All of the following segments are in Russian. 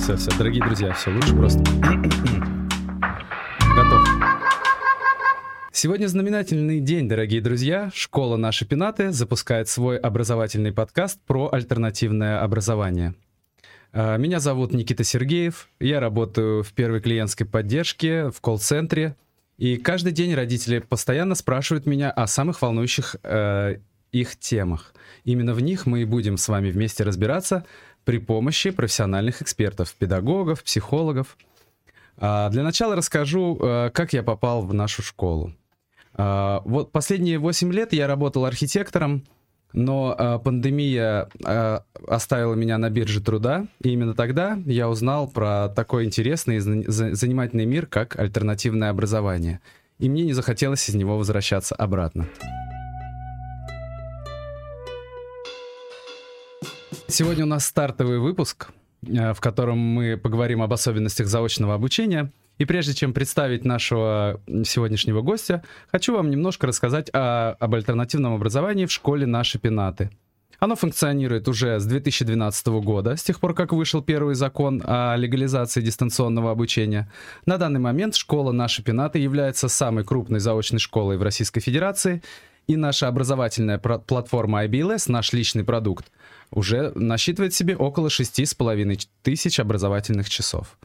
Все, дорогие друзья, все лучше просто. Готов. Сегодня знаменательный день, дорогие друзья. Школа «Наши пенаты» запускает свой образовательный подкаст про альтернативное образование. Меня зовут Никита Сергеев. Я работаю в первой клиентской поддержке, в колл-центре. И каждый день родители постоянно спрашивают меня о самых волнующих их темах. Именно в них мы и будем с вами вместе разбираться при помощи профессиональных экспертов, педагогов, психологов. Для начала расскажу, как я попал в нашу школу. Вот последние 8 лет я работал архитектором, но пандемия оставила меня на бирже труда, и именно тогда я узнал про такой интересный и занимательный мир, как альтернативное образование. И мне не захотелось из него возвращаться обратно. Сегодня у нас стартовый выпуск, в котором мы поговорим об особенностях заочного обучения. И прежде чем представить нашего сегодняшнего гостя, хочу вам немножко рассказать об альтернативном образовании в школе «Наши пенаты». Оно функционирует уже с 2012 года, с тех пор, как вышел первый закон о легализации дистанционного обучения. На данный момент школа «Наши пенаты» является самой крупной заочной школой в Российской Федерации, и наша образовательная платформа IBLS, наш личный продукт, уже насчитывает в себе около 6500 образовательных часов.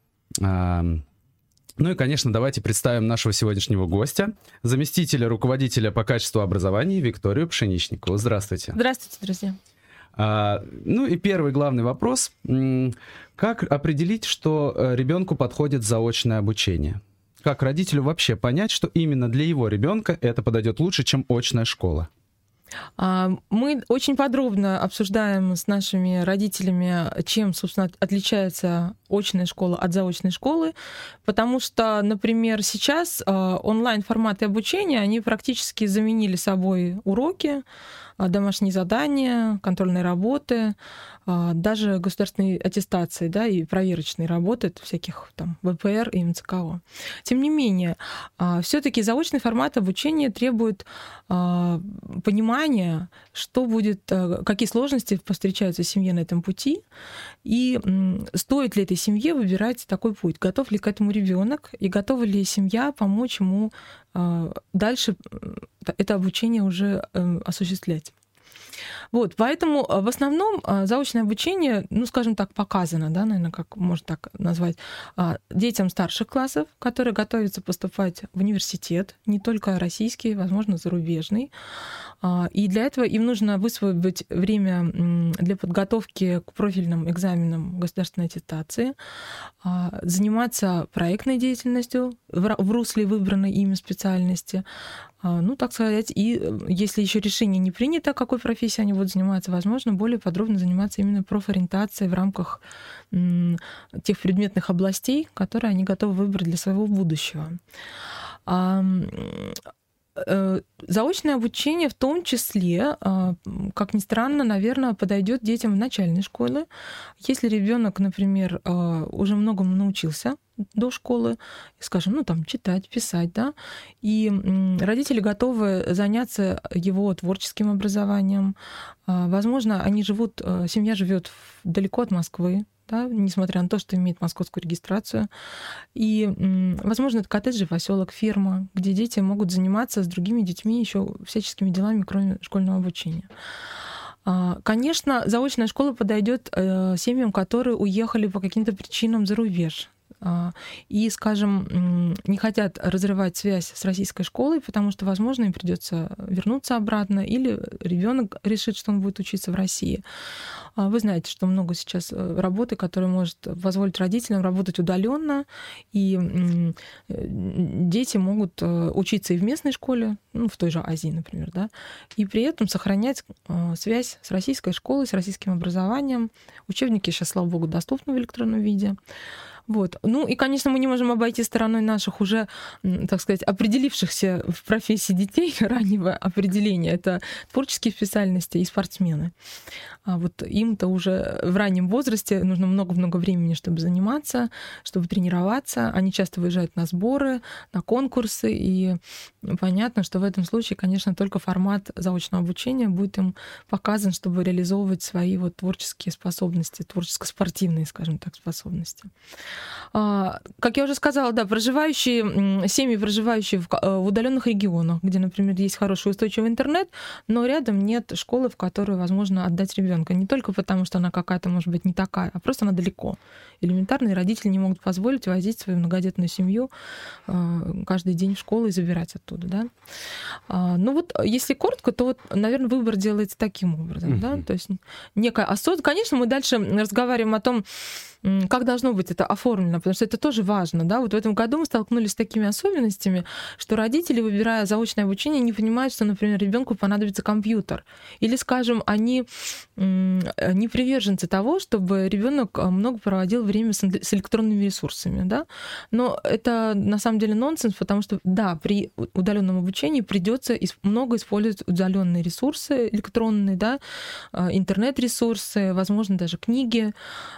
Ну и, конечно, давайте представим нашего сегодняшнего гостя, заместителя руководителя по качеству образования Викторию Пшеничникову. Здравствуйте. Здравствуйте, друзья. Ну и первый главный вопрос. Как определить, что ребенку подходит заочное обучение? Как родителю вообще понять, что именно для его ребенка это подойдет лучше, чем очная школа? Мы очень подробно обсуждаем с нашими родителями, чем, собственно, отличается очная школа от заочной школы, потому что, например, сейчас онлайн-форматы обучения, они практически заменили собой уроки, домашние задания, контрольные работы, даже государственные аттестации, да, и проверочные работы всяких там ВПР и МЦКО. Тем не менее, все-таки заочный формат обучения требует понимания, что будет, какие сложности повстречаются семье на этом пути, и стоит ли этой семье выбирать такой путь, готов ли к этому ребенок и готова ли семья помочь ему дальше это обучение уже осуществлять. Вот, поэтому в основном заочное обучение, ну, скажем так, показано, да, наверное, как можно так назвать, детям старших классов, которые готовятся поступать в университет, не только российский, возможно, зарубежный. И для этого им нужно высвободить время для подготовки к профильным экзаменам государственной аттестации, заниматься проектной деятельностью в русле выбранной ими специальности, ну, так сказать, и если еще решение не принято, какой профессией они будут заниматься, возможно, более подробно заниматься именно профориентацией в рамках тех предметных областей, которые они готовы выбрать для своего будущего. Заочное обучение в том числе, как ни странно, наверное, подойдет детям в начальной школе. Если ребенок, например, уже многому научился до школы, скажем, ну там читать, писать, да, и родители готовы заняться его творческим образованием. Возможно, семья живет далеко от Москвы, да, несмотря на то, что имеет московскую регистрацию. И, возможно, это коттеджный поселок, ферма, где дети могут заниматься с другими детьми еще всяческими делами, кроме школьного обучения. Конечно, заочная школа подойдет семьям, которые уехали по каким-то причинам за рубеж и, скажем, не хотят разрывать связь с российской школой, потому что, возможно, им придется вернуться обратно, или ребенок решит, что он будет учиться в России. Вы знаете, что много сейчас работы, которая может позволить родителям работать удаленно, и дети могут учиться и в местной школе, ну, в той же Азии, например, да, и при этом сохранять связь с российской школой, с российским образованием. Учебники сейчас, слава богу, доступны в электронном виде. Вот. Ну и, конечно, мы не можем обойти стороной наших уже, так сказать, определившихся в профессии детей раннего определения. Это творческие специальности и спортсмены. А вот им-то уже в раннем возрасте нужно много-много времени, чтобы заниматься, чтобы тренироваться. Они часто выезжают на сборы, на конкурсы, и понятно, что в этом случае, конечно, только формат заочного обучения будет им показан, чтобы реализовывать свои вот творческие способности, творческо-спортивные, скажем так, способности. Как я уже сказала, да, семьи, проживающие в удаленных регионах, где, например, есть хороший устойчивый интернет, но рядом нет школы, в которую возможно отдать ребенка. Не только потому, что она какая-то, может быть, не такая, а просто она далеко. Элементарно, и родители не могут позволить возить свою многодетную семью каждый день в школу и забирать оттуда. Да? Ну вот, если коротко, то, вот, наверное, выбор делается таким образом. Да? То есть некая осознанность. Конечно, мы дальше разговариваем о том, как должно быть это оформлено, потому что это тоже важно. Да? Вот в этом году мы столкнулись с такими особенностями, что родители, выбирая заочное обучение, не понимают, что, например, ребенку понадобится компьютер. Или, скажем, они не приверженцы того, чтобы ребенок много проводил время с электронными ресурсами. Да? Но это на самом деле нонсенс, потому что, да, при удаленном обучении придется много использовать удаленные ресурсы электронные, да? Интернет-ресурсы, возможно, даже книги,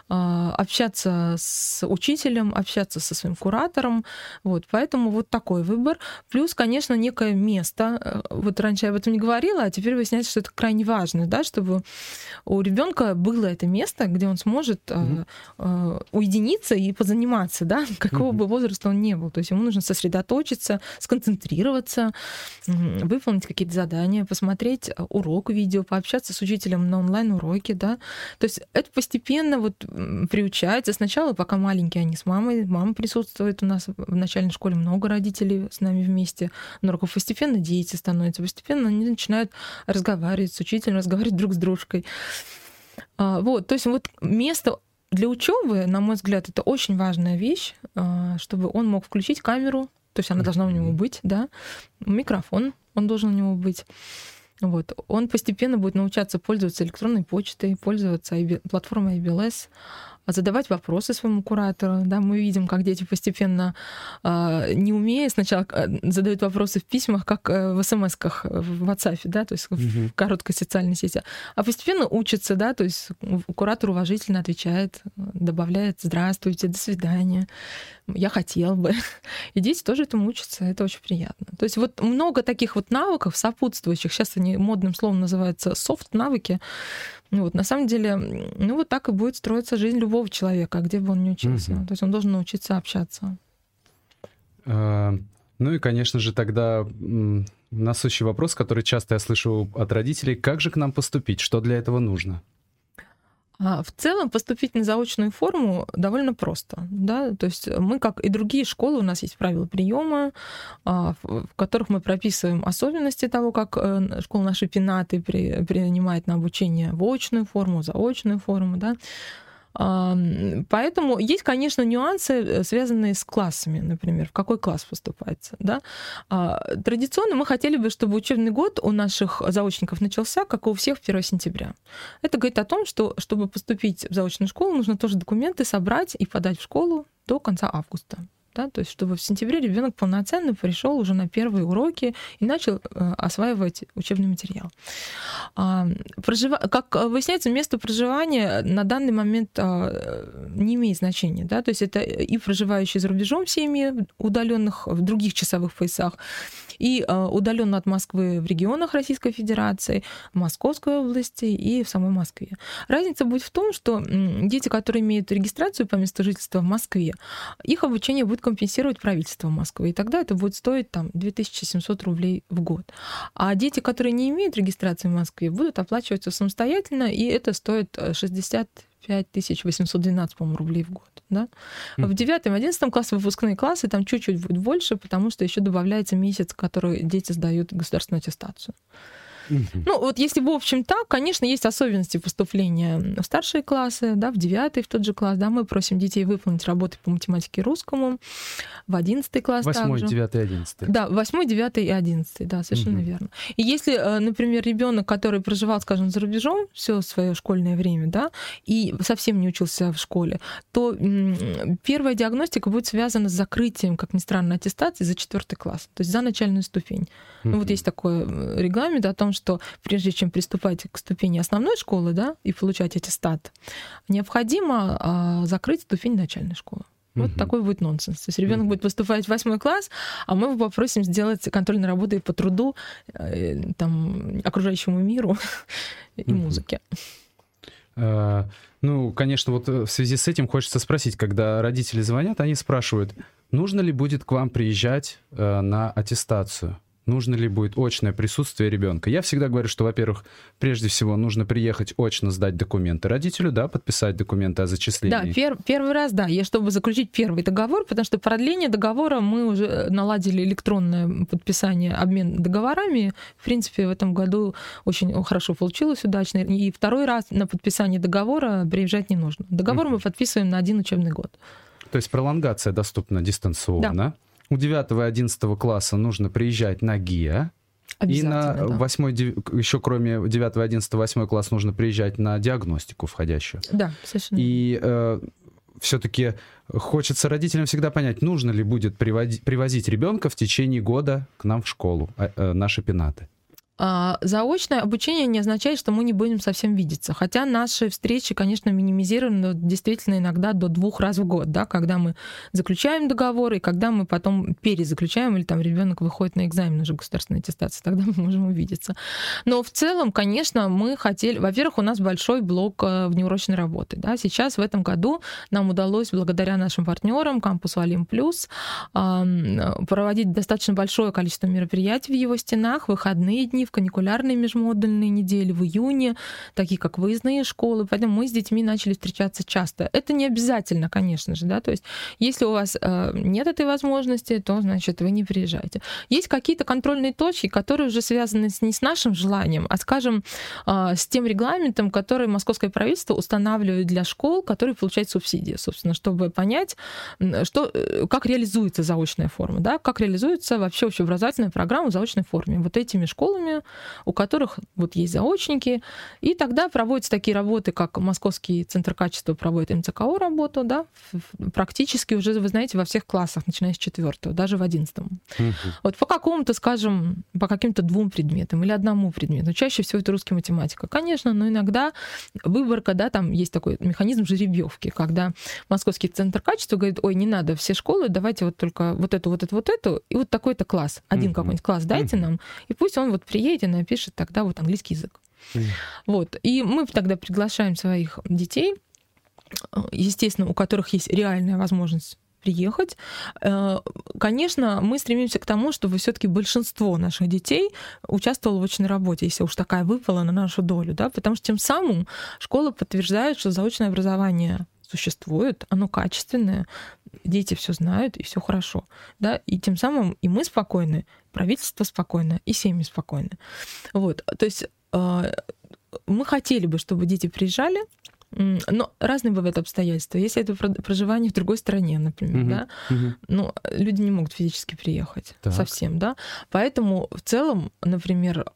общаться с учителем, общаться со своим куратором. Вот, поэтому вот такой выбор. Плюс, конечно, некое место. Вот раньше я об этом не говорила, а теперь выясняется, что это крайне важно, да, чтобы у ребенка было это место, где он сможет уединиться и позаниматься, да, какого бы возраста он ни был. То есть ему нужно сосредоточиться, сконцентрироваться, выполнить какие-то задания, посмотреть урок видео, пообщаться с учителем на онлайн-уроке, да. То есть это постепенно вот приучается. Сначала, пока маленькие, они с мамой. Мама присутствует у нас в начальной школе, много родителей с нами вместе. На уроках постепенно дети становятся, постепенно они начинают разговаривать с учителем, разговаривать друг с дружкой. Вот, то есть вот место для учебы, на мой взгляд, это очень важная вещь, чтобы он мог включить камеру, то есть она должна у него быть, да, микрофон, он должен у него быть. Вот. Он постепенно будет научаться пользоваться электронной почтой, пользоваться платформой IBLS, задавать вопросы своему куратору. Да, мы видим, как дети постепенно, не умея, сначала задают вопросы в письмах, как в смс-ках в WhatsApp, да, то есть в короткой социальной сети, а постепенно учатся, да, то есть куратор уважительно отвечает, добавляет «здравствуйте», «до свидания», «я хотел бы». И дети тоже этому учатся, это очень приятно. То есть вот много таких вот навыков сопутствующих, сейчас они модным словом называются софт-навыки. Вот, на самом деле, ну вот так и будет строиться жизнь любого человека, где бы он ни учился. То есть он должен научиться общаться. Ну и, конечно же, тогда насущий вопрос, который часто я слышу от родителей: как же к нам поступить, что для этого нужно? В целом поступить на заочную форму довольно просто. Да? То есть мы, как и другие школы, у нас есть правила приема, в которых мы прописываем особенности того, как школа нашей пенаты принимает на обучение в очную форму, заочную форму. Да? Поэтому есть, конечно, нюансы, связанные с классами, например, в какой класс поступается. Да? Традиционно мы хотели бы, чтобы учебный год у наших заочников начался, как и у всех, 1 сентября. Это говорит о том, что, чтобы поступить в заочную школу, нужно тоже документы собрать и подать в школу до конца августа. Да, то есть чтобы в сентябре ребенок полноценно пришел уже на первые уроки и начал осваивать учебный материал. Как выясняется, место проживания на данный момент не имеет значения. Да? То есть это и проживающие за рубежом семьи, удаленных в других часовых поясах, и удаленно от Москвы в регионах Российской Федерации, в Московской области и в самой Москве. Разница будет в том, что дети, которые имеют регистрацию по месту жительства в Москве, их обучение будет компенсировать правительство Москвы, и тогда это будет стоить там 2700 рублей в год. А дети, которые не имеют регистрации в Москве, будут оплачиваться самостоятельно, и это стоит 65 812, по-моему, рублей в год. Да? В 9-11 классе выпускные классы там чуть-чуть будет больше, потому что еще добавляется месяц, который дети сдают государственную аттестацию. Ну, вот если в общем так, конечно, есть особенности поступления в старшие классы, да, в 9-й, в тот же класс, да, мы просим детей выполнить работы по математике и русскому, в 11 класс 8, также. 9, 11. Да, 8, 9 и 11, да, совершенно верно. И если, например, ребенок, который проживал, скажем, за рубежом все свое школьное время, да, и совсем не учился в школе, то первая диагностика будет связана с закрытием, как ни странно, аттестации за 4 класс, то есть за начальную ступень. Ну, вот есть такой регламент о том, что прежде чем приступать к ступени основной школы, да, и получать аттестат, необходимо закрыть ступень начальной школы. Вот такой будет нонсенс. То есть ребенок будет поступать в 8 класс, а мы его попросим сделать контрольные работы по труду, там, окружающему миру и музыке. Ну, конечно, вот в связи с этим хочется спросить, когда родители звонят, они спрашивают, нужно ли будет к вам приезжать на аттестацию? Нужно ли будет очное присутствие ребенка? Я всегда говорю, что, во-первых, прежде всего нужно приехать очно сдать документы родителю, да, подписать документы о зачислении. Да, первый раз, да, чтобы заключить первый договор, потому что продление договора мы уже наладили электронное подписание, обмен договорами. В принципе, в этом году очень хорошо получилось, удачно. И второй раз на подписание договора приезжать не нужно. Договор мы подписываем на 1 учебный год. То есть пролонгация доступна дистанционно. Да. У 9 и 11 класса нужно приезжать на ГИА. И на 8, еще кроме 9, 11, 8 класс нужно приезжать на диагностику входящую. Да, совершенно. И все-таки хочется родителям всегда понять, нужно ли будет привозить ребенка в течение года к нам в школу, наши пенаты. Заочное обучение не означает, что мы не будем совсем видеться. Хотя наши встречи, конечно, минимизированы действительно иногда до 2 раз в год, да, когда мы заключаем договор, и когда мы потом перезаключаем, или там ребенок выходит на экзамен уже государственной аттестации, тогда мы можем увидеться. Но в целом, конечно, мы хотели... Во-первых, у нас большой блок внеурочной работы. Да. Сейчас в этом году нам удалось, благодаря нашим партнерам, кампусу Олимп+, проводить достаточно большое количество мероприятий в его стенах, выходные дни, в каникулярные межмодульные недели, в июне, такие как выездные школы. Поэтому мы с детьми начали встречаться часто. Это не обязательно, конечно же, да, то есть если у вас нет этой возможности, то, значит, вы не приезжаете. Есть какие-то контрольные точки, которые уже связаны не с нашим желанием, а, скажем, с тем регламентом, который московское правительство устанавливает для школ, которые получают субсидии, собственно, чтобы понять, как реализуется заочная форма, да, как реализуется вообще общеобразовательная программа в заочной форме. Вот этими школами, у которых вот есть заочники, и тогда проводятся такие работы, как Московский центр качества проводит МЦКО работу, да, практически уже, вы знаете, во всех классах, начиная с 4-го, даже в 11-м. Вот по какому-то, скажем, по каким-то 2 предметам или 1 предмету. Чаще всего это русский, математика. Конечно, но иногда выборка, да, там есть такой механизм жеребьевки, когда Московский центр качества говорит, ой, не надо все школы, давайте вот только вот эту, и вот такой-то класс, один какой-нибудь класс дайте нам, и пусть он вот приедет и напишет тогда вот английский язык. Вот. И мы тогда приглашаем своих детей, естественно, у которых есть реальная возможность приехать. Конечно, мы стремимся к тому, чтобы все-таки большинство наших детей участвовало в очной работе, если уж такая выпала на нашу долю, да, потому что тем самым школа подтверждает, что заочное образование существует, оно качественное, дети все знают, и все хорошо. Да? И тем самым и мы спокойны, правительство спокойно, и семьи спокойны. Вот. То есть мы хотели бы, чтобы дети приезжали, но разные бывают обстоятельства. Если это проживание в другой стране, например, да, ну, люди не могут физически приехать совсем, да. Поэтому в целом, например,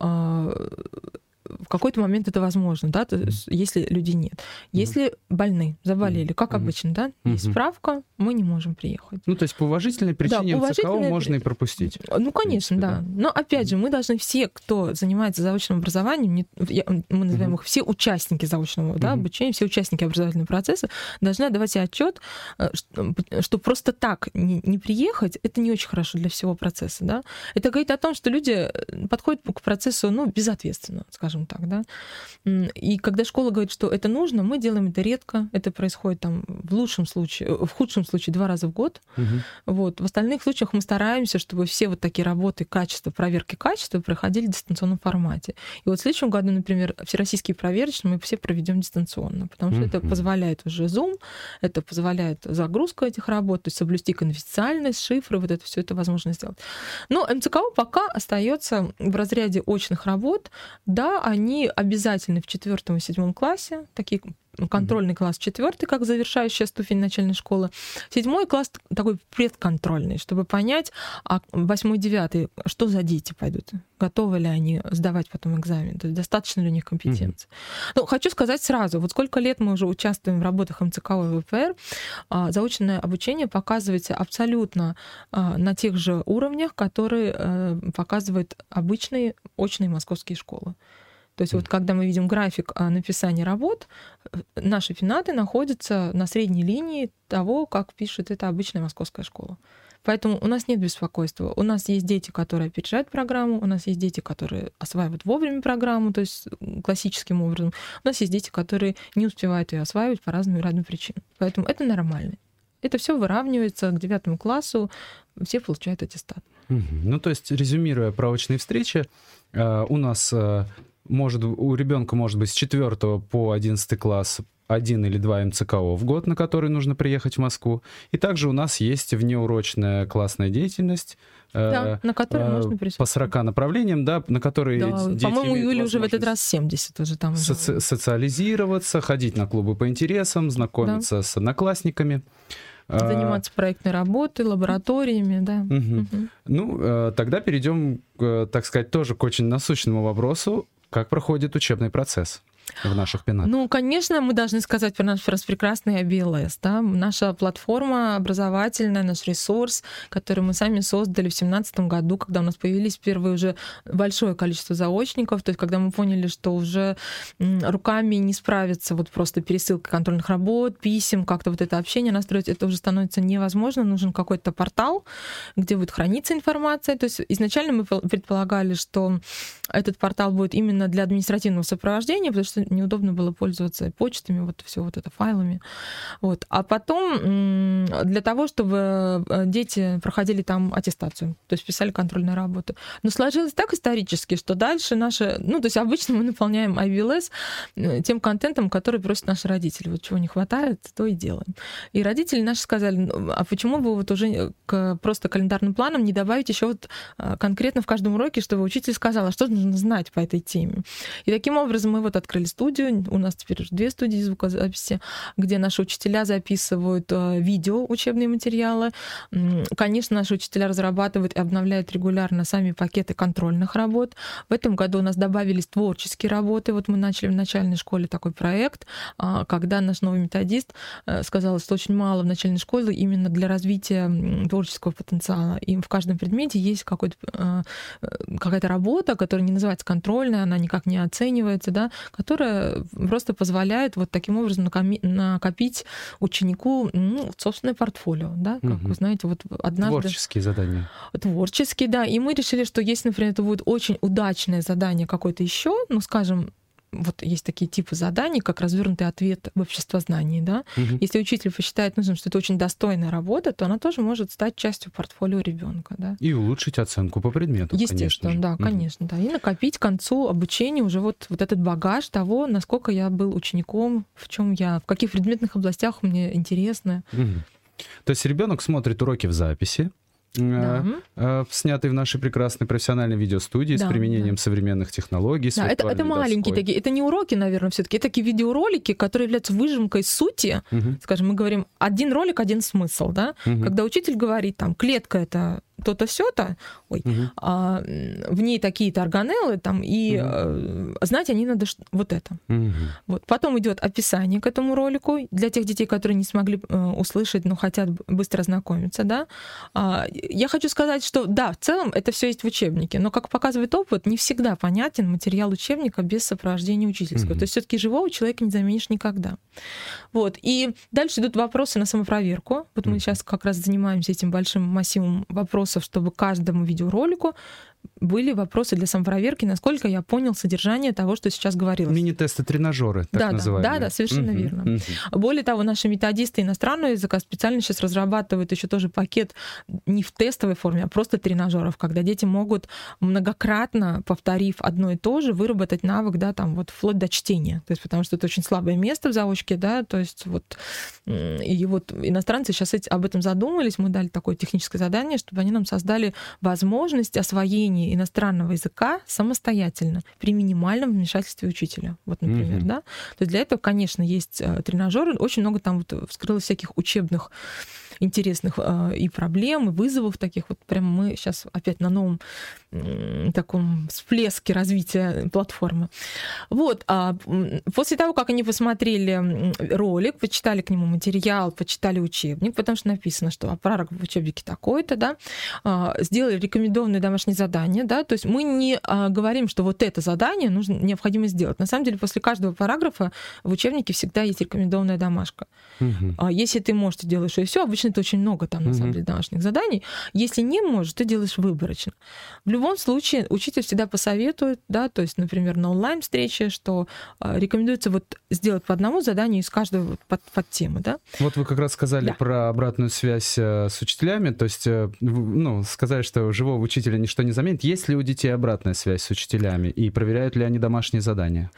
в какой-то момент это возможно, да, если людей нет. Если больны, заболели, как обычно, да, есть справка, мы не можем приехать. Ну, то есть по уважительной причине МЦКО можно и пропустить. Ну, конечно, да. Но, опять же, мы должны все, кто занимается заочным образованием, мы называем их все участники заочного обучения, все участники образовательного процесса, должны отдавать себе отчет, что просто так не приехать, это не очень хорошо для всего процесса, да. Это говорит о том, что люди подходят к процессу, ну, безответственно, скажем так. так, да. И когда школа говорит, что это нужно, мы делаем это редко. Это происходит там в худшем случае 2 раза в год. Вот. В остальных случаях мы стараемся, чтобы все вот такие работы качества, проверки качества проходили в дистанционном формате. И вот в следующем году, например, всероссийские проверочные мы все проведем дистанционно, потому что это позволяет уже Zoom, это позволяет загрузку этих работ, то есть соблюсти конфиденциальность, шифры, вот это все это возможно сделать. Но МЦКО пока остается в разряде очных работ. Да, они обязательны в 4 и 7 классе, такие контрольный класс 4, как завершающая ступень начальной школы. 7 класс такой предконтрольный, чтобы понять, а 8 и 9 что за дети пойдут, готовы ли они сдавать потом экзамен, то есть достаточно ли у них компетенции. Ну, хочу сказать сразу, вот сколько лет мы уже участвуем в работах МЦКО и ВПР, заочное обучение показывается абсолютно на тех же уровнях, которые показывают обычные очные московские школы. То есть вот когда мы видим график написания работ, наши пенаты находятся на средней линии того, как пишет эта обычная московская школа. Поэтому у нас нет беспокойства. У нас есть дети, которые опережают программу, у нас есть дети, которые осваивают вовремя программу, то есть классическим образом. У нас есть дети, которые не успевают ее осваивать по разным причинам. Поэтому это нормально. Это все выравнивается к 9 классу, все получают аттестат. Ну, то есть, резюмируя про очные встречи, у нас у ребенка может быть с 4 по 11 класс 1 или 2 МЦКО в год, на который нужно приехать в Москву. И также у нас есть внеурочная классная деятельность, да, на которой можно присутствовать. По 40 направлениям, да, на которые дети по-моему, Юля уже в этот раз 70 уже там. Социализироваться, ходить на клубы по интересам, знакомиться с одноклассниками. Заниматься проектной работой, лабораториями, да. Ну, тогда перейдем, так сказать, тоже к очень насущному вопросу. Как проходит учебный процесс в наших пенатах? Ну, конечно, мы должны сказать про наш прекрасный IBLS. Да? Наша платформа образовательная, наш ресурс, который мы сами создали в 2017 году, когда у нас появились первые уже большое количество заочников, то есть когда мы поняли, что уже руками не справиться вот просто пересылкой контрольных работ, писем, как-то вот это общение настроить, это уже становится невозможно, нужен какой-то портал, где будет храниться информация. То есть изначально мы предполагали, что этот портал будет именно для административного сопровождения, потому что неудобно было пользоваться почтами, вот все вот это файлами. Вот. А потом для того, чтобы дети проходили там аттестацию, то есть писали контрольные работы. Но сложилось так исторически, что дальше наши... Ну, то есть обычно мы наполняем IBLS тем контентом, который просят наши родители. Вот чего не хватает, то и делаем. И родители наши сказали, а почему вы вот уже к просто календарным планам не добавить еще вот конкретно в каждом уроке, чтобы учитель сказал, а что нужно знать по этой теме. И таким образом мы вот открыли студию, у нас теперь уже 2 студии звукозаписи, где наши учителя записывают видео, учебные материалы. Конечно, наши учителя разрабатывают и обновляют регулярно сами пакеты контрольных работ. В этом году у нас добавились творческие работы. Вот мы начали в начальной школе такой проект, когда наш новый методист сказал, что очень мало в начальной школе именно для развития творческого потенциала. И в каждом предмете есть какая-то работа, которая не называется контрольная, она никак не оценивается, да, которая просто позволяет вот таким образом накопить ученику собственное портфолио, да, как вы знаете, вот однажды... Творческие задания. Творческие, да. И мы решили, что если, например, это будет очень удачное задание какое-то еще, ну, скажем, вот есть такие типы заданий, как развернутый ответ в обществознании, да. Если учитель посчитает нужным, что это очень достойная работа, то она тоже может стать частью портфолио ребенка, да. И улучшить оценку по предмету, естественно, конечно. Да, конечно, да. И накопить к концу обучения уже вот этот багаж того, насколько я был учеником, в каких предметных областях мне интересно. То есть ребенок смотрит уроки в записи, снятый в нашей прекрасной профессиональной видеостудии с применением современных технологий. Да, это маленькие такие, это не уроки, наверное, все-таки, это такие видеоролики, которые являются выжимкой сути. Скажем, мы говорим, один ролик, один смысл, да? Когда учитель говорит, там, клетка — это то-то, сё-то, а в ней такие-то органеллы, там, и знать они надо вот это. Вот. Потом идет описание к этому ролику для тех детей, которые не смогли услышать, но хотят быстро ознакомиться, да. Я хочу сказать, что да, в целом это все есть в учебнике, но, как показывает опыт, не всегда понятен материал учебника без сопровождения учительского. То есть все-таки живого человека не заменишь никогда. Вот. И дальше идут вопросы на самопроверку. Вот мы сейчас как раз занимаемся этим большим массивом вопросов, чтобы каждому видеоролику были вопросы для самопроверки, насколько я понял содержание того, что сейчас говорилось. Мини-тесты-тренажеры, так называемые. Да, совершенно верно. Более того, наши методисты иностранного языка специально сейчас разрабатывают еще тоже пакет не в тестовой форме, а просто тренажеров, когда дети могут многократно, повторив одно и то же, выработать навык, да, там вот вплоть до чтения. То есть потому что это очень слабое место в заочке, да, то есть вот и вот иностранцы сейчас об этом задумались, мы дали такое техническое задание, чтобы они нам создали возможность освоения иностранного языка самостоятельно при минимальном вмешательстве учителя. Вот, например, да. То есть для этого, конечно, есть тренажеры, очень много там вот вскрылось всяких учебных интересных и проблем, и вызовов таких. Вот прямо мы сейчас опять на новом таком всплеске развития платформы. Вот. А после того, как они посмотрели ролик, почитали к нему материал, почитали учебник, потому что написано, что параграф в учебнике такой-то, да, сделали рекомендованные домашние задания, да, то есть мы не говорим, что вот это задание необходимо сделать. На самом деле, после каждого параграфа в учебнике всегда есть рекомендованная домашка. Если ты можешь, ты делаешь и все. Обычно это очень много там, на самом деле, домашних заданий. Если не можешь, ты делаешь выборочно. В любом случае, учитель всегда посоветует, да, то есть, например, на онлайн-встрече, что рекомендуется вот сделать по одному заданию из каждого под тему, да. Вот вы как раз сказали про обратную связь с учителями, то есть, ну, сказали, что живого учителя ничто не заменит. Есть ли у детей обратная связь с учителями и проверяют ли они домашние задания?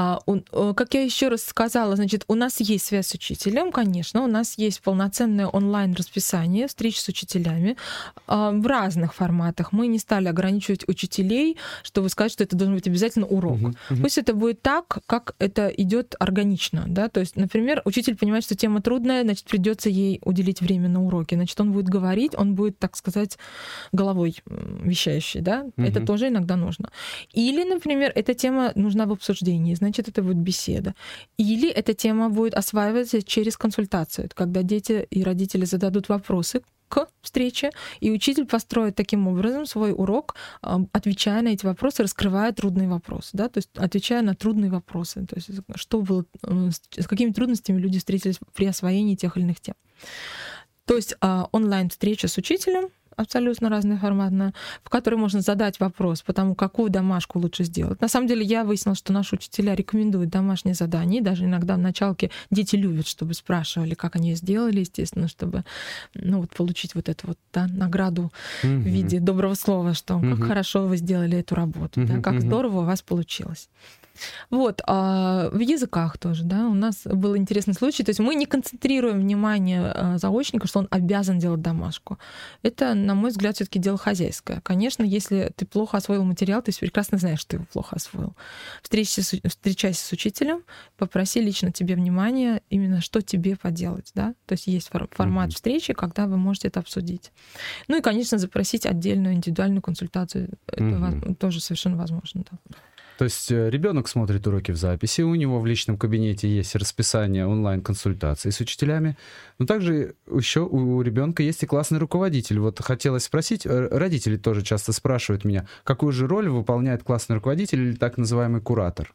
Как я еще раз сказала, значит, у нас есть связь с учителем, конечно, у нас есть полноценное онлайн-расписание встреч с учителями в разных форматах. Мы не стали ограничивать учителей, чтобы сказать, что это должен быть обязательно урок. Пусть это будет так, как это идет органично, да, то есть, например, учитель понимает, что тема трудная, значит, придется ей уделить время на уроке, значит, он будет говорить, он будет, так сказать, головой вещающий, да, это тоже иногда нужно. Или, например, эта тема нужна в обсуждении, значит, это будет беседа. Или эта тема будет осваиваться через консультацию, когда дети и родители зададут вопросы к встрече, и учитель построит таким образом свой урок, отвечая на эти вопросы, раскрывая трудные вопросы, да, то есть отвечая на трудные вопросы, то есть что было, с какими трудностями люди встретились при освоении тех или иных тем. То есть онлайн-встреча с учителем, абсолютно разная форматная, в которой можно задать вопрос по тому, какую домашку лучше сделать. На самом деле я выяснила, что наши учителя рекомендуют домашние задания, и даже иногда в началке дети любят, чтобы спрашивали, как они сделали, естественно, чтобы вот получить вот эту вот, да, награду в виде доброго слова, что как хорошо вы сделали эту работу, да, как здорово у вас получилось. Вот, в языках тоже, да, у нас был интересный случай, то есть мы не концентрируем внимание заочника, что он обязан делать домашку. Это, на мой взгляд, все-таки дело хозяйское. Конечно, если ты плохо освоил материал, ты прекрасно знаешь, что ты его плохо освоил. Встречайся с учителем, попроси лично тебе внимания, именно что тебе поделать, да, то есть есть формат встречи, когда вы можете это обсудить. Ну и, конечно, запросить отдельную индивидуальную консультацию, это тоже совершенно возможно, да. То есть ребенок смотрит уроки в записи, у него в личном кабинете есть расписание онлайн-консультаций с учителями, но также еще у ребенка есть и классный руководитель. Вот хотелось спросить, родители тоже часто спрашивают меня, какую же роль выполняет классный руководитель или так называемый куратор?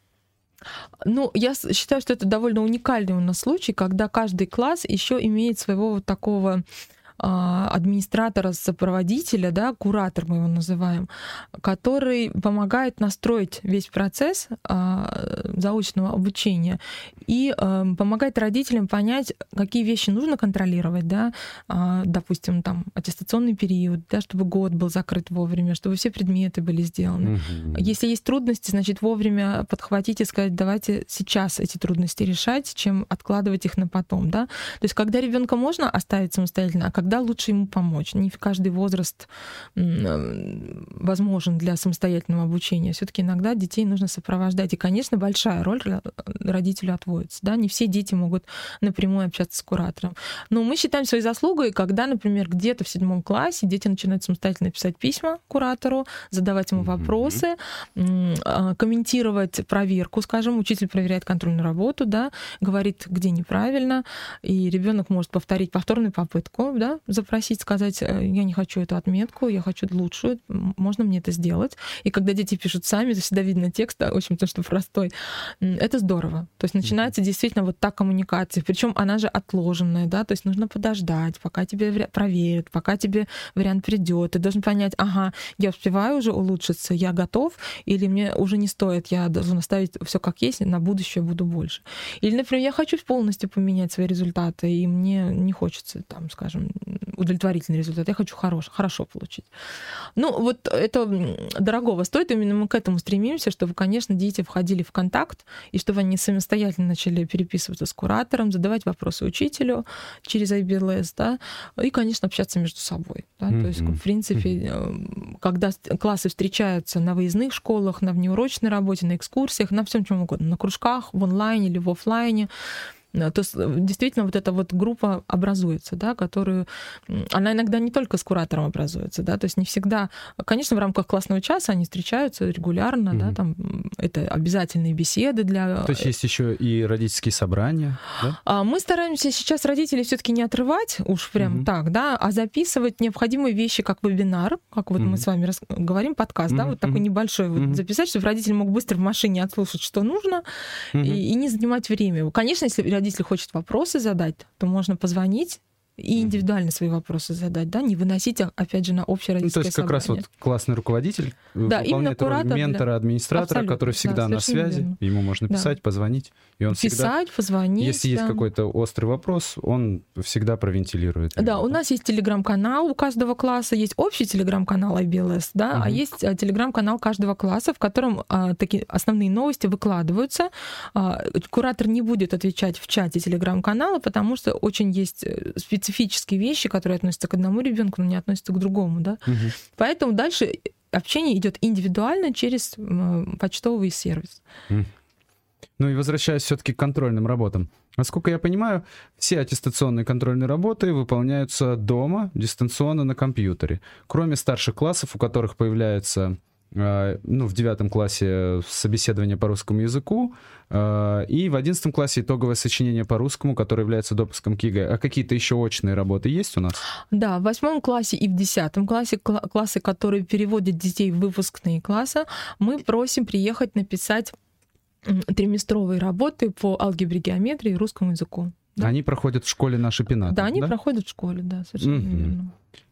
Ну, я считаю, что это довольно уникальный у нас случай, когда каждый класс еще имеет своего вот такого администратора, сопроводителя, да, куратор мы его называем, который помогает настроить весь процесс заочного обучения и помогает родителям понять, какие вещи нужно контролировать, да, допустим, там аттестационный период, да, чтобы год был закрыт вовремя, чтобы все предметы были сделаны. Если есть трудности, значит, вовремя подхватить и сказать, давайте сейчас эти трудности решать, чем откладывать их на потом, да. То есть когда ребенка можно оставить самостоятельно, а когда лучше ему помочь. Не в каждый возраст возможен для самостоятельного обучения. Все-таки иногда детей нужно сопровождать. И, конечно, большая роль родителю отводится. Да? Не все дети могут напрямую общаться с куратором. Но мы считаем своей заслугой, когда, например, где-то в 7 классе дети начинают самостоятельно писать письма куратору, задавать ему вопросы, комментировать проверку, скажем, учитель проверяет контрольную работу, да, говорит, где неправильно, и ребенок может повторить повторную попытку, да, да, запросить, сказать, я не хочу эту отметку, я хочу лучшую, можно мне это сделать. И когда дети пишут сами, это всегда видно текст, очень то, что простой. Это здорово. То есть начинается действительно вот та коммуникация. Причем она же отложенная, да, то есть нужно подождать, пока тебе проверят, пока тебе вариант придет. Ты должен понять, ага, я успеваю уже улучшиться, я готов, или мне уже не стоит, я должен оставить все как есть, на будущее буду больше. Или, например, я хочу полностью поменять свои результаты, и мне не хочется, там, скажем, удовлетворительный результат, я хочу хорошо получить. Ну, вот это дорогого стоит, именно мы к этому стремимся, чтобы, конечно, дети входили в контакт, и чтобы они самостоятельно начали переписываться с куратором, задавать вопросы учителю через IBLS, да, и, конечно, общаться между собой. Да? То есть, в принципе, когда классы встречаются на выездных школах, на внеурочной работе, на экскурсиях, на всем чем угодно, на кружках, в онлайне или в офлайне, то есть действительно вот эта вот группа образуется, да, которую... Она иногда не только с куратором образуется, да, то есть не всегда... Конечно, в рамках классного часа они встречаются регулярно, да, там это обязательные беседы для... То есть есть еще и родительские собрания, да? Мы стараемся сейчас родителей все-таки не отрывать, уж прям так, да, а записывать необходимые вещи, как вебинар, как вот мы с вами говорим, подкаст, да, вот такой небольшой вот записать, чтобы родитель мог быстро в машине отслушать, что нужно, и не занимать время. Конечно, если родитель хочет вопросы задать, то можно позвонить и индивидуально свои вопросы задать, да, не выносить, опять же, на общее родительское собрание. То есть как раз вот классный руководитель выполняет роль ментора, администратора, который всегда на связи, верно. Ему можно писать, позвонить, и он писать, позвонить. Если есть какой-то острый вопрос, он всегда провентилирует. Да, у нас есть телеграм-канал у каждого класса, есть общий телеграм-канал IBLS, да, а есть телеграм-канал каждого класса, в котором такие основные новости выкладываются. Куратор не будет отвечать в чате телеграм-канала, потому что очень есть специфические вещи, которые относятся к одному ребенку, но не относятся к другому, да. Поэтому дальше общение идет индивидуально через почтовый сервис. Ну и возвращаясь все-таки к контрольным работам. Насколько я понимаю, все аттестационные контрольные работы выполняются дома, дистанционно на компьютере. Кроме старших классов, у которых появляется в 9 классе собеседование по русскому языку, и в 11 классе итоговое сочинение по русскому, которое является допуском к ЕГЭ. А какие-то еще очные работы есть у нас? Да, в 8 классе и в 10 классе, классы, которые переводят детей в выпускные классы, мы просим приехать написать триместровые работы по алгебре, геометрии и русскому языку. Да? Они проходят в школе наши пенаты. Да, они проходят в школе, да, совершенно верно.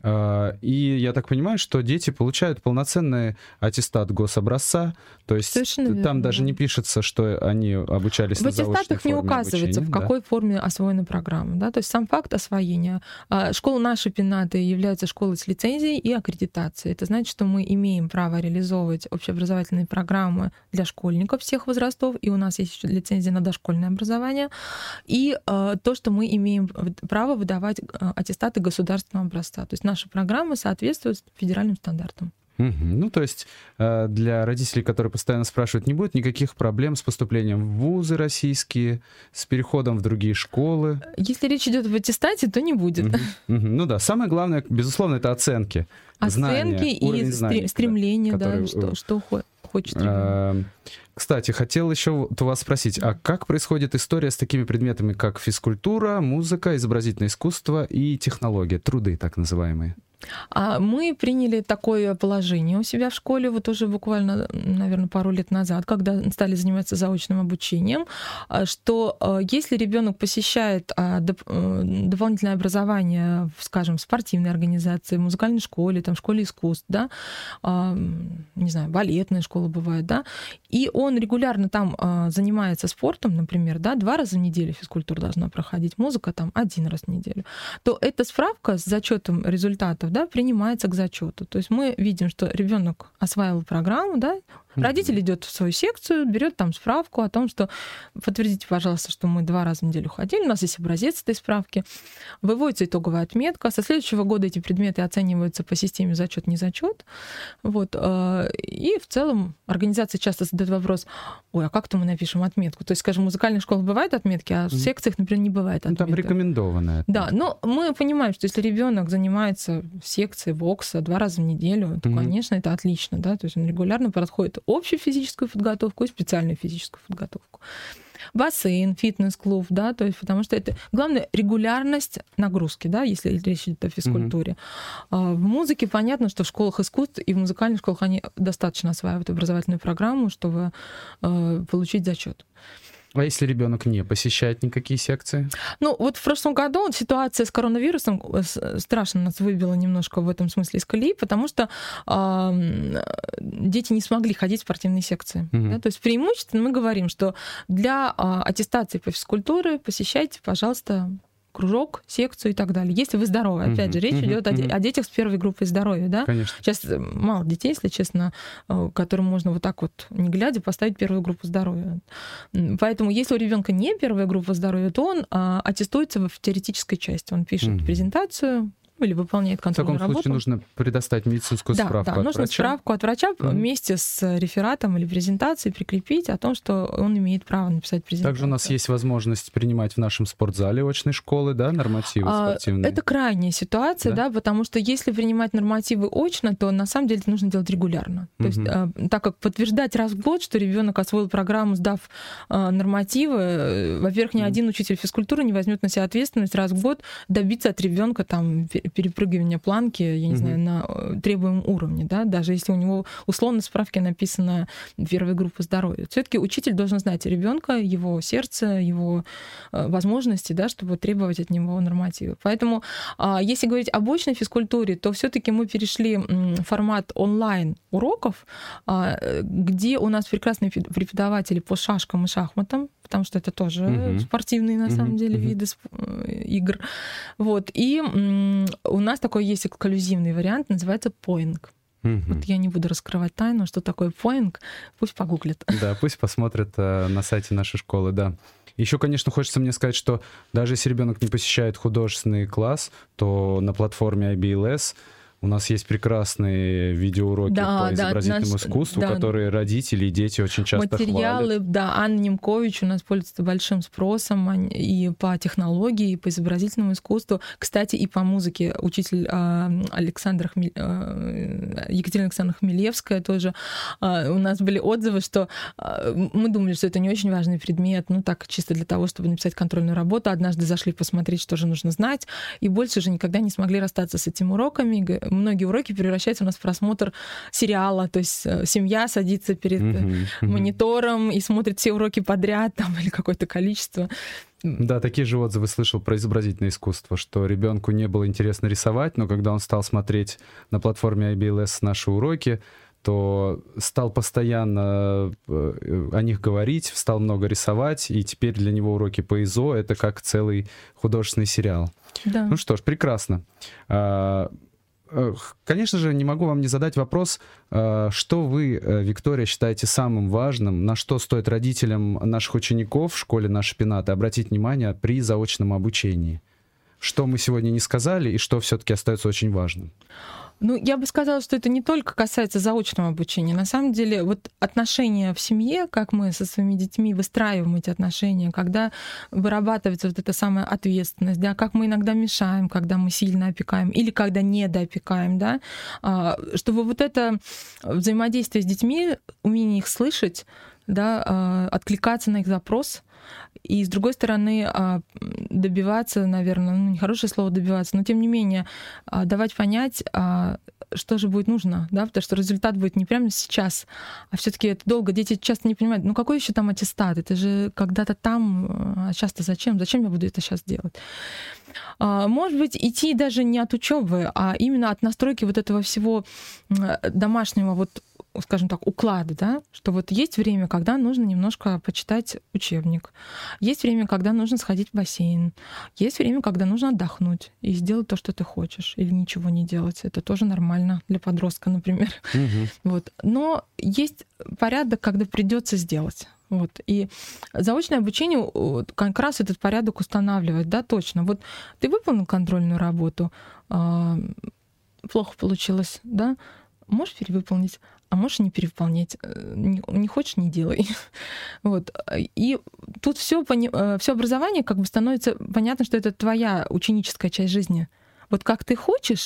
И я так понимаю, что дети получают полноценный аттестат гособразца, то есть совершенно там верно, даже не пишется, что они обучались на заочной форме. В аттестатах не указывается, в какой форме освоена программа, да, то есть сам факт освоения. Школа нашей пенаты является школой с лицензией и аккредитацией. Это значит, что мы имеем право реализовывать общеобразовательные программы для школьников всех возрастов, и у нас есть еще лицензия на дошкольное образование, и то, что мы имеем право выдавать аттестаты государственного образца. То есть наши программы соответствуют федеральным стандартам. Ну, то есть для родителей, которые постоянно спрашивают, не будет никаких проблем с поступлением в вузы российские, с переходом в другие школы? Если речь идет об аттестате, то не будет. Ну да, самое главное, безусловно, это оценки. Оценки и стремления, да, что хочет ребенок. Кстати, хотел еще у вас спросить, а как происходит история с такими предметами, как физкультура, музыка, изобразительное искусство и технология, труды так называемые? Мы приняли такое положение у себя в школе вот уже буквально, наверное, пару лет назад, когда стали заниматься заочным обучением, что если ребенок посещает дополнительное образование, скажем, в спортивной организации, в музыкальной школе, там, в школе искусств, да, не знаю, балетная школа бывает, да, и он регулярно там занимается спортом, например, да, 2 раза в неделю физкультура должна проходить, музыка там 1 раз в неделю, то эта справка с зачетом результатов, да, принимается к зачету. То есть мы видим, что ребенок осваивал программу, да, родитель идет в свою секцию, берет там справку о том, что подтвердите, пожалуйста, что мы 2 раза в неделю ходили, у нас есть образец этой справки, выводится итоговая отметка, со следующего года эти предметы оцениваются по системе зачет-не зачет. Вот. И в целом организация часто задает вопрос, ой, а как-то мы напишем отметку? То есть, скажем, в музыкальных школах бывают отметки, а в секциях, например, не бывает отметок. Там рекомендованная. Да, но мы понимаем, что если ребенок занимается в секции бокса 2 раза в неделю, то, конечно, это отлично, да, то есть он регулярно проходит общую физическую подготовку и специальную физическую подготовку. бассейн, фитнес-клуб, да, то есть потому что это главное регулярность нагрузки, да, если речь идет о физкультуре. В музыке понятно, что в школах искусств и в музыкальных школах они достаточно осваивают образовательную программу, чтобы получить зачет. А если ребенок не посещает никакие секции? Ну, вот в прошлом году ситуация с коронавирусом страшно нас выбила немножко в этом смысле из колеи, потому что дети не смогли ходить в спортивные секции. Да? То есть преимущественно мы говорим, что для аттестации по физкультуре посещайте, пожалуйста, кружок, секцию и так далее. Если вы здоровы, опять же, речь идет о детях с первой группой здоровья, да? Конечно. Сейчас мало детей, если честно, которым можно вот так вот, не глядя, поставить первую группу здоровья. Поэтому, если у ребенка не первая группа здоровья, то он аттестуется в теоретической части. Он пишет презентацию, или выполняет контрольную работу. В таком случае нужно предоставить медицинскую справку от нужно врача? Справку от врача вместе с рефератом или презентацией прикрепить о том, что он имеет право написать презентацию. Также у нас есть возможность принимать в нашем спортзале очной школы, да, нормативы спортивные? Это крайняя ситуация, да, потому что если принимать нормативы очно, то на самом деле это нужно делать регулярно. То есть, так как подтверждать раз в год, что ребенок освоил программу, сдав нормативы, во-первых, ни один учитель физкультуры не возьмет на себя ответственность раз в год добиться от ребенка там перепрыгивания планки, я не знаю, на требуемом уровне, да, даже если у него условно в справке написано первая группа здоровья. Все-таки учитель должен знать ребенка, его сердце, его возможности, да, чтобы требовать от него нормативы. Поэтому, если говорить об очной физкультуре, то все-таки мы перешли в формат онлайн уроков, где у нас прекрасные преподаватели по шашкам и шахматам, потому что это тоже спортивные, на самом деле, виды игр. Вот. И у нас такой есть эксклюзивный вариант, называется поинг. Вот я не буду раскрывать тайну, что такое поинг, пусть погуглят. Да, пусть посмотрят на сайте нашей школы, да. Еще, конечно, хочется мне сказать, что даже если ребенок не посещает художественный класс, то на платформе IBLS у нас есть прекрасные видеоуроки по изобразительному искусству, которые родители и дети очень часто материалы, хвалят. Да, Анна Немкович у нас пользуется большим спросом и по технологии, и по изобразительному искусству. Кстати, и по музыке учитель Екатерина Александровна Хмелевская тоже. У нас были отзывы, что мы думали, что это не очень важный предмет, ну так, чисто для того, чтобы написать контрольную работу. Однажды зашли посмотреть, что же нужно знать, и больше же никогда не смогли расстаться с этими уроками. Многие уроки превращаются у нас в просмотр сериала, то есть семья садится перед монитором и смотрит все уроки подряд там, или какое-то количество. Да, такие же отзывы слышал про изобразительное искусство, что ребенку не было интересно рисовать, но когда он стал смотреть на платформе IBLS наши уроки, то стал постоянно о них говорить, стал много рисовать, и теперь для него уроки по ИЗО — это как целый художественный сериал. Да. Ну что ж, прекрасно. Конечно же, не могу вам не задать вопрос, что вы, Виктория, считаете самым важным, на что стоит родителям наших учеников в школе «Наши пенаты» обратить внимание при заочном обучении? Что мы сегодня не сказали и что все-таки остается очень важным? Ну, я бы сказала, что это не только касается заочного обучения. На самом деле, вот отношения в семье, как мы со своими детьми выстраиваем эти отношения, когда вырабатывается вот эта самая ответственность, да, как мы иногда мешаем, когда мы сильно опекаем или когда недоопекаем, да, чтобы вот это взаимодействие с детьми, умение их слышать, да, откликаться на их запрос, и, с другой стороны, добиваться, наверное, ну, нехорошее слово добиваться, но, тем не менее, давать понять, что же будет нужно, да, потому что результат будет не прямо сейчас, а все-таки это долго. Дети часто не понимают, ну какой еще там аттестат? Это же когда-то там, а сейчас-то зачем? Зачем я буду это сейчас делать? Может быть, идти даже не от учебы, а именно от настройки вот этого всего домашнего, вот, скажем так, уклада, да, что вот есть время, когда нужно немножко почитать учебник, есть время, когда нужно сходить в бассейн, есть время, когда нужно отдохнуть и сделать то, что ты хочешь, или ничего не делать. Это тоже нормально для подростка, например. Вот. Но есть порядок, когда придется сделать. Вот. И заочное обучение как раз этот порядок устанавливает, да, точно. Вот ты выполнил контрольную работу, плохо получилось, да, можешь перевыполнить, а можешь не перевыполнять. Не хочешь — не делай. Вот. И тут все образование как бы становится понятно, что это твоя ученическая часть жизни. Вот как ты хочешь,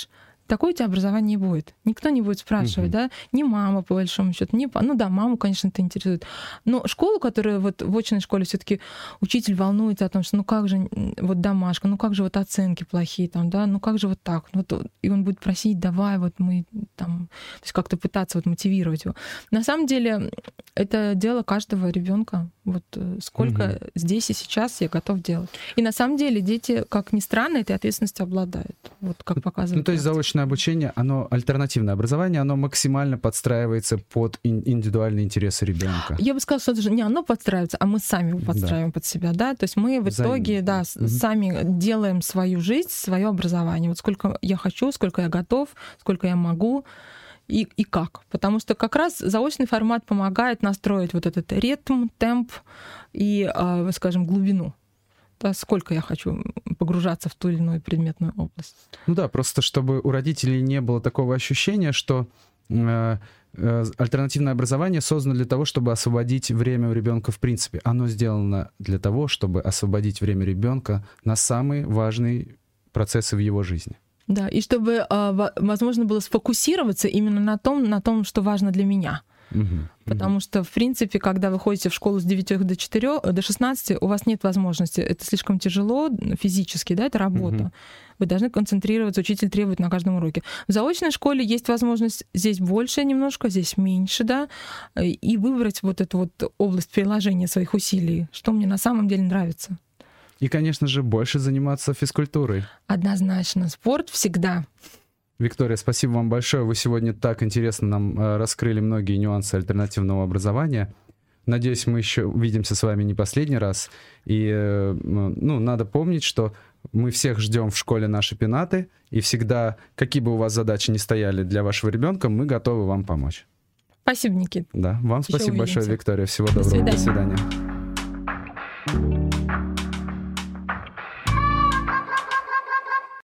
такое у тебя образование не будет. Никто не будет спрашивать, да, ни мама, по большому счету, ни папа. Ну да, маму, конечно, это интересует. Но школу, которая вот в очной школе все-таки учитель волнуется о том, что ну как же вот домашка, ну как же вот оценки плохие там, да, ну как же вот так. Вот, и он будет просить, давай, вот мы там, то есть как-то пытаться вот мотивировать его. На самом деле это дело каждого ребенка. Вот сколько здесь и сейчас я готов делать. И на самом деле дети, как ни странно, этой ответственностью обладают. Вот как показывает. Ну, то есть заочное обучение, оно альтернативное образование, оно максимально подстраивается под индивидуальные интересы ребенка. Я бы сказала, что это же не оно подстраивается, а мы сами его подстраиваем под себя, да. То есть мы в итоге, сами делаем свою жизнь, свое образование. Вот сколько я хочу, сколько я готов, сколько я могу. И как. Потому что как раз заочный формат помогает настроить вот этот ритм, темп и, скажем, глубину. Да, сколько я хочу погружаться в ту или иную предметную область. Ну да, просто чтобы у родителей не было такого ощущения, что альтернативное образование создано для того, чтобы освободить время у ребенка в принципе. Оно сделано для того, чтобы освободить время ребенка на самые важные процессы в его жизни. Да, и чтобы, возможно, было сфокусироваться именно на том, что важно для меня. Потому что, в принципе, когда вы ходите в школу с 9 до 16, у вас нет возможности. Это слишком тяжело физически, да, это работа. Вы должны концентрироваться, учитель требует на каждом уроке. В заочной школе есть возможность здесь больше немножко, здесь меньше, да, и выбрать вот эту вот область приложения своих усилий, что мне на самом деле нравится. И, конечно же, больше заниматься физкультурой. Однозначно. Спорт всегда. Виктория, спасибо вам большое. Вы сегодня так интересно нам раскрыли многие нюансы альтернативного образования. Надеюсь, мы еще увидимся с вами не последний раз. И надо помнить, что мы всех ждем в школе «Наши пенаты». И всегда, какие бы у вас задачи ни стояли для вашего ребенка, мы готовы вам помочь. Спасибо, Никит. Да, вам еще спасибо увидимся. большое, Виктория. Всего доброго. До свидания.